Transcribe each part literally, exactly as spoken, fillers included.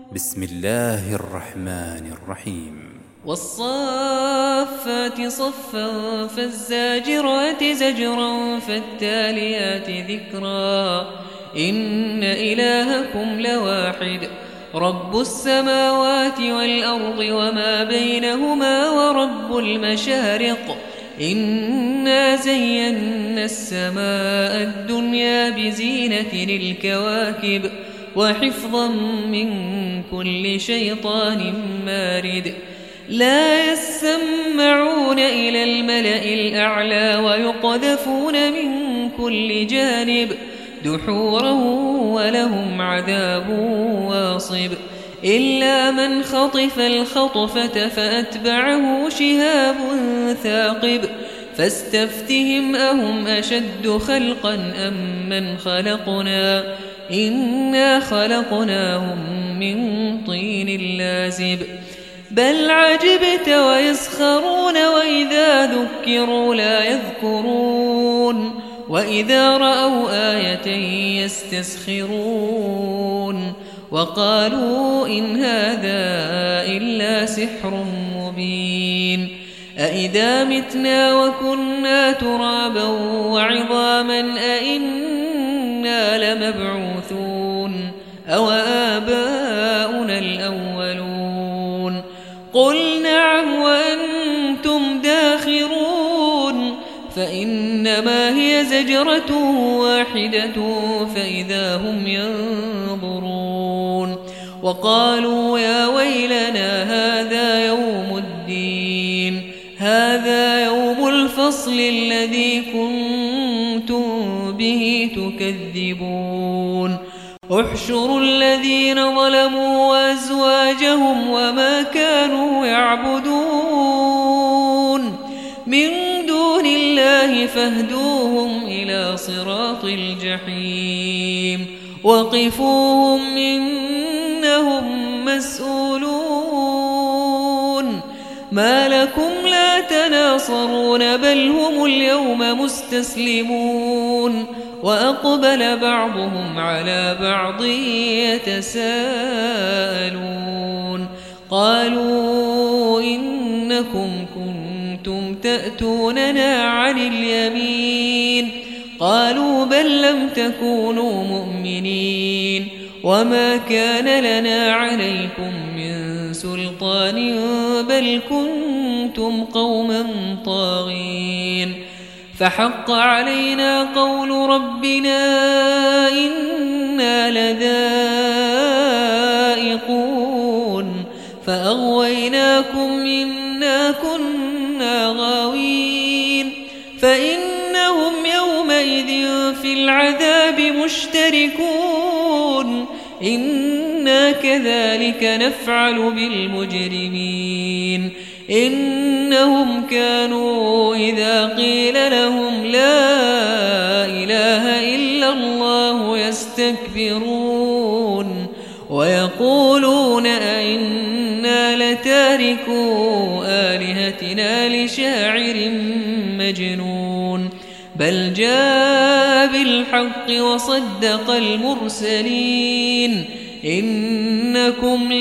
بسم الله الرحمن الرحيم والصافات صفا فالزاجرات زجرا فالتاليات ذكرا إن إلهكم لواحد رب السماوات والأرض وما بينهما ورب المشارق إنا زينا السماء الدنيا بزينة الكواكب وحفظا من كل شيطان مارد لا يسمعون إلى الملأ الأعلى ويقذفون من كل جانب دحورا ولهم عذاب واصب إلا من خطف الخطفة فأتبعه شهاب ثاقب فاستفتهم أهم أشد خلقا أم من خلقنا إنا خلقناهم من طين لازب بل عجبت ويسخرون وإذا ذكروا لا يذكرون وإذا رأوا آية يستسخرون وقالوا إن هذا إلا سحر مبين أإذا متنا وكنا ترابا وعظاما أإنا لمبعوثون أو آباؤنا الأولون قل نعم وأنتم داخرون فإنما هي زجرة واحدة فإذا هم ينظرون وقالوا يا ويلنا هذا يوم الدين هذا يوم الفصل الذي كنتم به تكذبون احشروا الذين ظلموا وأزواجهم وما كانوا يعبدون من دون الله فاهدوهم إلى صراط الجحيم وقفوهم إنهم مسؤولون ما لكم لا تناصرون بل هم اليوم مستسلمون وأقبل بعضهم على بعض يتساءلون قالوا إنكم كنتم تأتوننا عن اليمين قالوا بل لم تكونوا مؤمنين وما كان لنا عليكم من سلطان بل كنتم قوما طاغين فحق علينا قول ربنا إنا لذائقون فأغويناكم إنا كنا غاوين فإنهم يومئذ في العذاب مشتركون إنا كذلك نفعل بالمجرمين إنهم كانوا إذا قيل لهم لا إله إلا الله يستكبرون ويقولون أئنا لتاركو آلهتنا لشاعر مجنون بل جاء بالحق وصدق المرسلين إنكم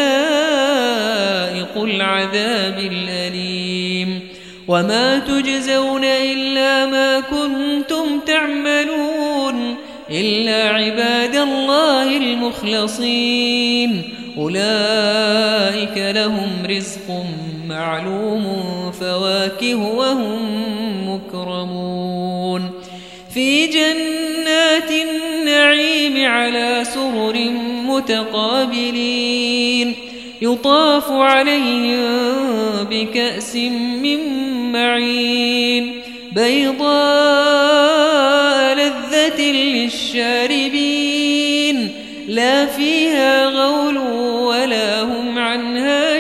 لذائق العذاب الأليم وما تجزون إلا ما كنتم تعملون إلا عباد الله المخلصين أولئك لهم رزق معلوم فواكه وهم مكرمون في جنات النعيم على سرر متقابلين يطاف عليهم بكأس من معين بيضاء لذة للشاربين لا فيها غول ولا هم عنها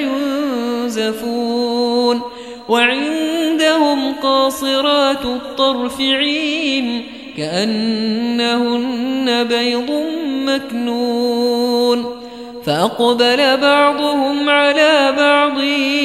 ينزفون وعندهم قاصرات الطرف عين كأنهن بيض مكنون فأقبل بعضهم على بعض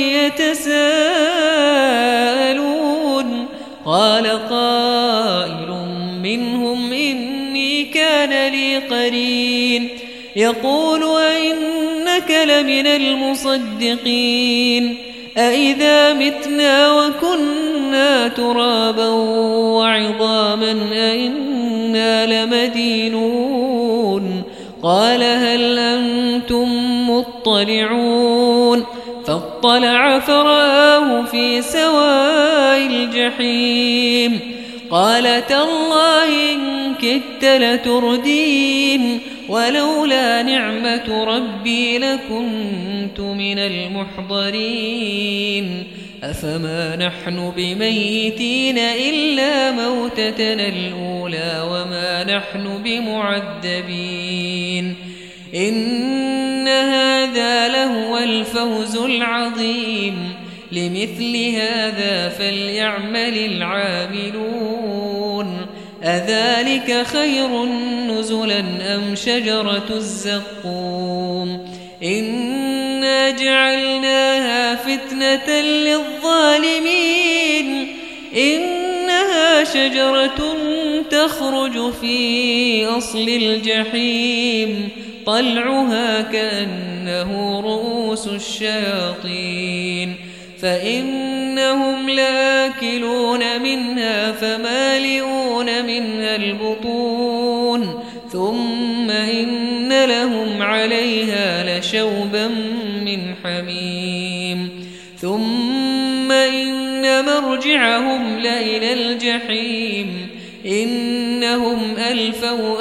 يتساءلون قال قائل منهم إني كان لي قرين يقول أئنك إنك لمن المصدقين أإذا متنا وكنا ترابا وعظاما أإنا لمدينون قال هل أنتم مطلعون فاطلع فرآه في سواء الجحيم قال تالله إن كدت لتردين ولولا نعمة ربي لكنت من المحضرين أفما نحن بميتين إلا موتتنا الأولى وما نحن بمعذبين إن هذا لهو الفوز العظيم لمثل هذا فليعمل العاملون أذلك خير نزلا أم شجرة الزقوم إنا جعلناها فتنة للظالمين إنها شجرة تخرج في أصل الجحيم طلعها كأنه رؤوس الشياطين فإنهم لآكلون منها فمالئون منها البطون ثم إن لهم عليها لشوبا من حميم ثم إن مرجعهم لإلى الجحيم إنهم ألفوا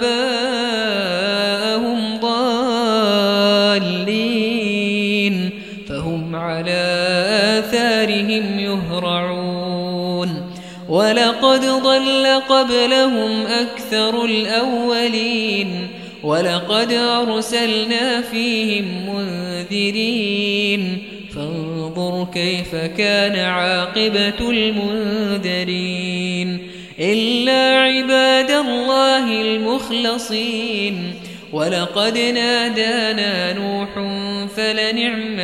آباءهم ضالين فهم على آثارهم يهرعون ولقد ضل قبلهم أكثر الأولين ولقد أرسلنا فيهم منذرين فانظر كيف كان عاقبة المنذرين إلا عباد الله المخلصين ولقد نادانا نوح فلنعم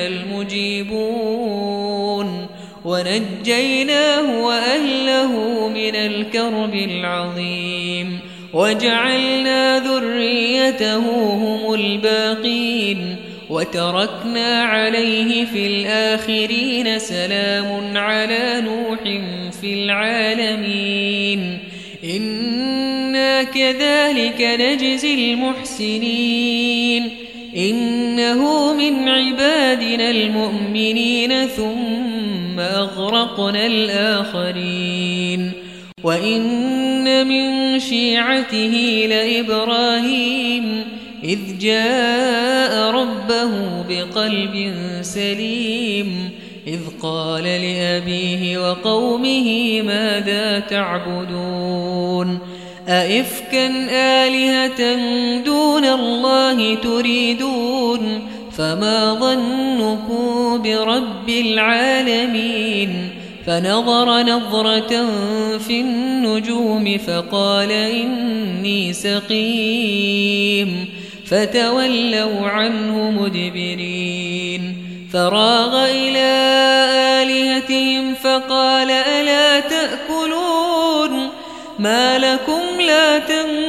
المجيبون ونجيناه وأهله من الكرب العظيم وجعلنا ذريته هم الباقين وتركنا عليه في الآخرين سلام على نوح في العالمين إنا كذلك نجزي المحسنين إنه من عبادنا المؤمنين ثم أغرقنا الآخرين وإن من شيعته لإبراهيم إذ جاء ربه بقلب سليم إذ قال لأبيه وقومه ماذا تعبدون أئفكا آلهة دون الله تريدون فما ظنكم برب العالمين فنظر نظرة في النجوم فقال إني سقيم فتولوا عنه مدبرين فراغ إلى آلهتهم فقال ألا تأكلون ما لكم لا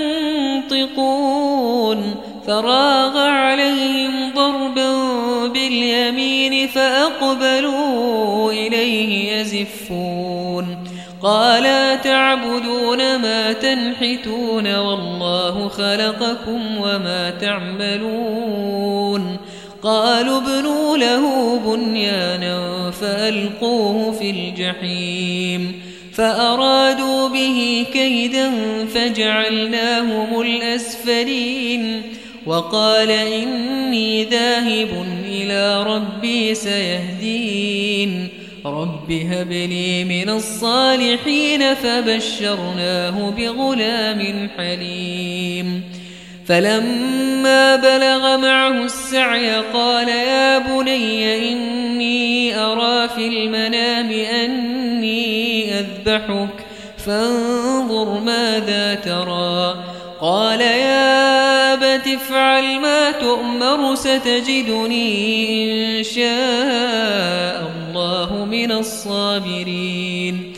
تنطقون فراغ عليهم ضربا باليمين فأقبلوا إليه يزفون قال تعبدون ما تنحتون والله خلقكم وما تعملون قالوا ابنوا له بنيانا فألقوه في الجحيم فأرادوا به كيدا فجعلناهم الأسفلين وقال إني ذاهب إلى ربي سيهدين رب هب لي من الصالحين فبشرناه بغلام حليم فلما بلغ معه السعي قال يا بني إني أرى في المنام أني أذبحك فانظر ماذا ترى قال يا أبت افعل ما تؤمر ستجدني إن شاء الله من الصابرين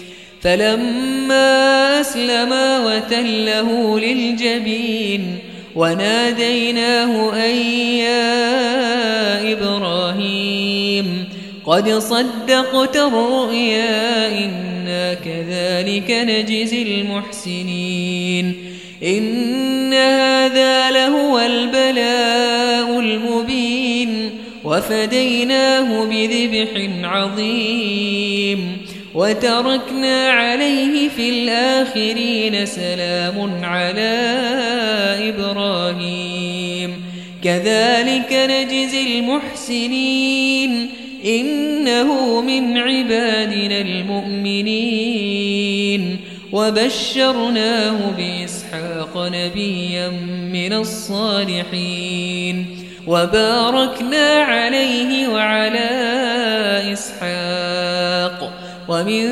فلما أسلما وتله للجبين وناديناه أن يا قد صدقت الرؤيا إنا كذلك نجزي المحسنين إن هذا لهو البلاء المبين وفديناه بذبح عظيم وتركنا عليه في الآخرين سلام على إبراهيم كذلك نجزي المحسنين إنه من عبادنا المؤمنين وبشرناه بإسحاق نبيا من الصالحين وباركنا عليه وعلى إسحاق ومن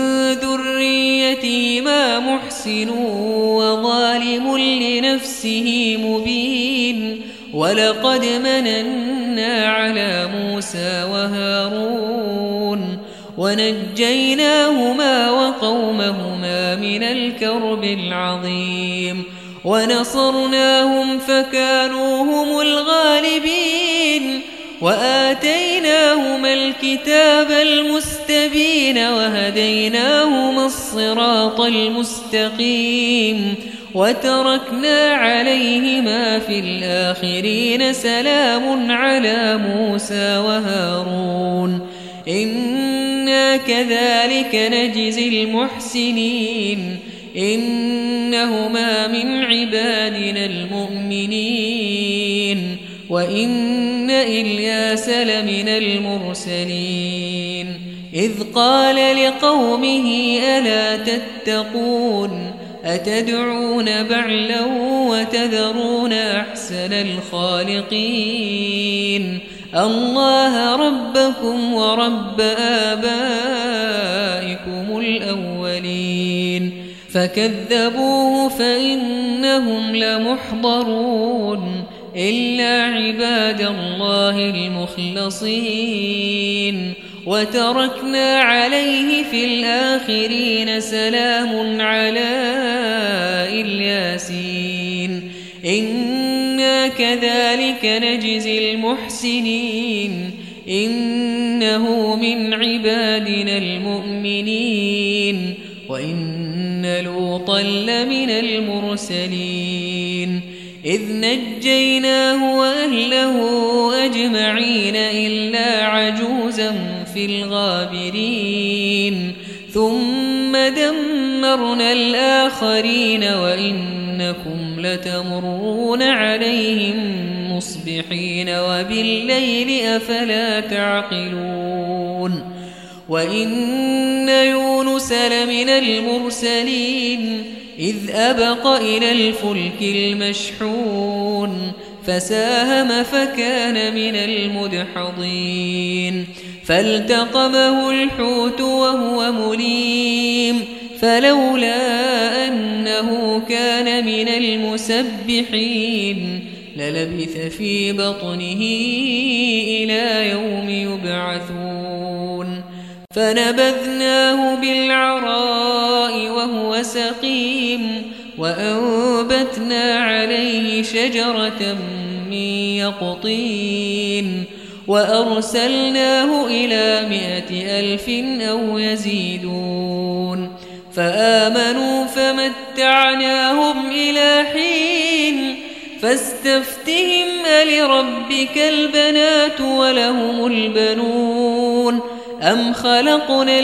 ذريتهما محسن وظالم لنفسه مبين ولقد مننا على موسى وهارون ونجيناهما وقومهما من الكرب العظيم ونصرناهم فكانوا هم الغالبين وآتيناهما الكتاب المستبين وهديناهما الصراط المستقيم وتركنا عليهما في الآخرين سلام على موسى وهارون إنا كذلك نجزي المحسنين إنهما من عبادنا المؤمنين وإن إلياس لمن المرسلين إذ قال لقومه ألا تتقون أتدعون بعلا وتذرون أحسن الخالقين الله ربكم ورب آبائكم الأولين فكذبوه فإنهم لمحضرون إلا عباد الله المخلصين وتركنا عليه في الآخرين سلام على الياسين إنا كذلك نجزي المحسنين إنه من عبادنا المؤمنين وإن لوطا لمن المرسلين إذ نجيناه وأهله أجمعين إلا عجوزا في الغابرين ثم دمرنا الآخرين وإنكم لتمرون عليهم مصبحين وبالليل أفلا تعقلون وإن يونس لمن المرسلين إذ أبق إلى الفلك المشحون فساهم فكان من المدحضين فالتقمه الحوت وهو مليم فلولا أنه كان من المسبحين للبث في بطنه إلى يوم يبعثون فنبذناه بالعراء وهو سقيم وأنبتنا عليه شجرة من يقطين وأرسلناه إلى مائة ألف أو يزيدون فآمنوا فمتعناهم إلى حين فاستفتهم ألربك البنات ولهم البنون أم خلقنا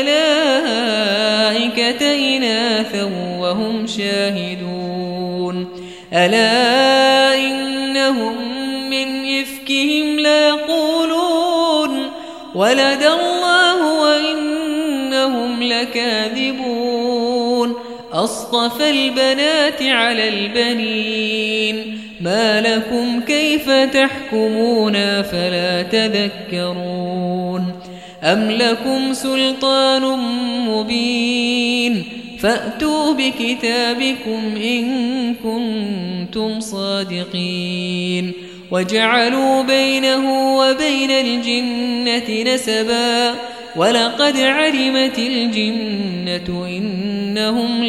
الملائكة إناثا وهم شاهدون ألا إنهم من إفكهم ليقولون ولد الله وإنهم لكاذبون أصطفى البنات على البنين ما لكم كيف تحكمون فلا تذكرون أم لكم سلطان مبين فأتوا بكتابكم إن كنتم صادقين وجعلوا بينه وبين الجنة نسبا ولقد علمت الجنة إنهم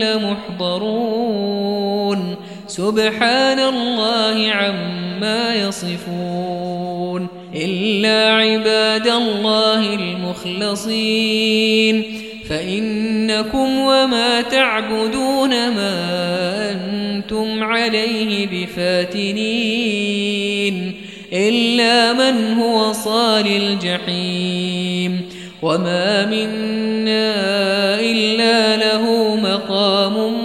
لمحضرون سبحان الله عما يصفون إلا عباد الله المخلصين فإنكم وما تعبدون ما أنتم عليه بفاتنين إلا من هو صال الجحيم وما منا إلا له مقام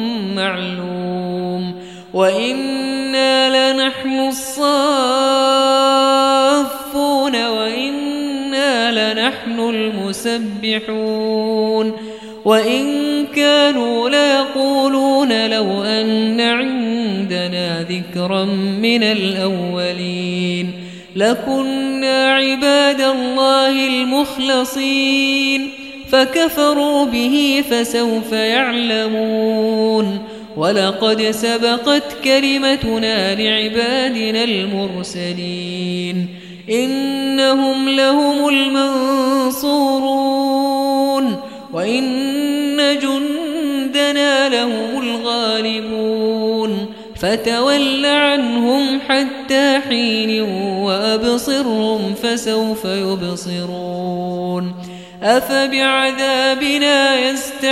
معلوم وإنا لنحن الصافون وإنا لنحن المسبحون وإن كانوا ليقولون لو أن عندنا ذكرا من الأولين لكنا عباد الله المخلصين فكفروا به فسوف يعلمون ولقد سبقت كلمتنا لعبادنا المرسلين إنهم لهم المنصورون وإن جندنا لهم الغالبون فتول عنهم حتى حين وأبصرهم فسوف يبصرون أفبعذابنا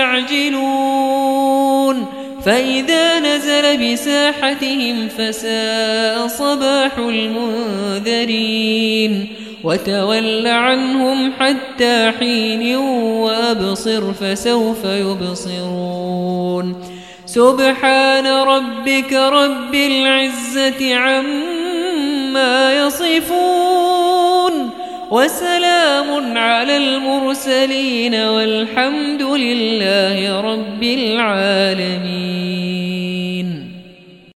يستعجلون فإذا نزل بساحتهم فساء صباح المنذرين وتول عنهم حتى حين وأبصر فسوف يبصرون سبحان ربك رب العزة عما يصفون وسلام على المرسلين والحمد لله رب العالمين.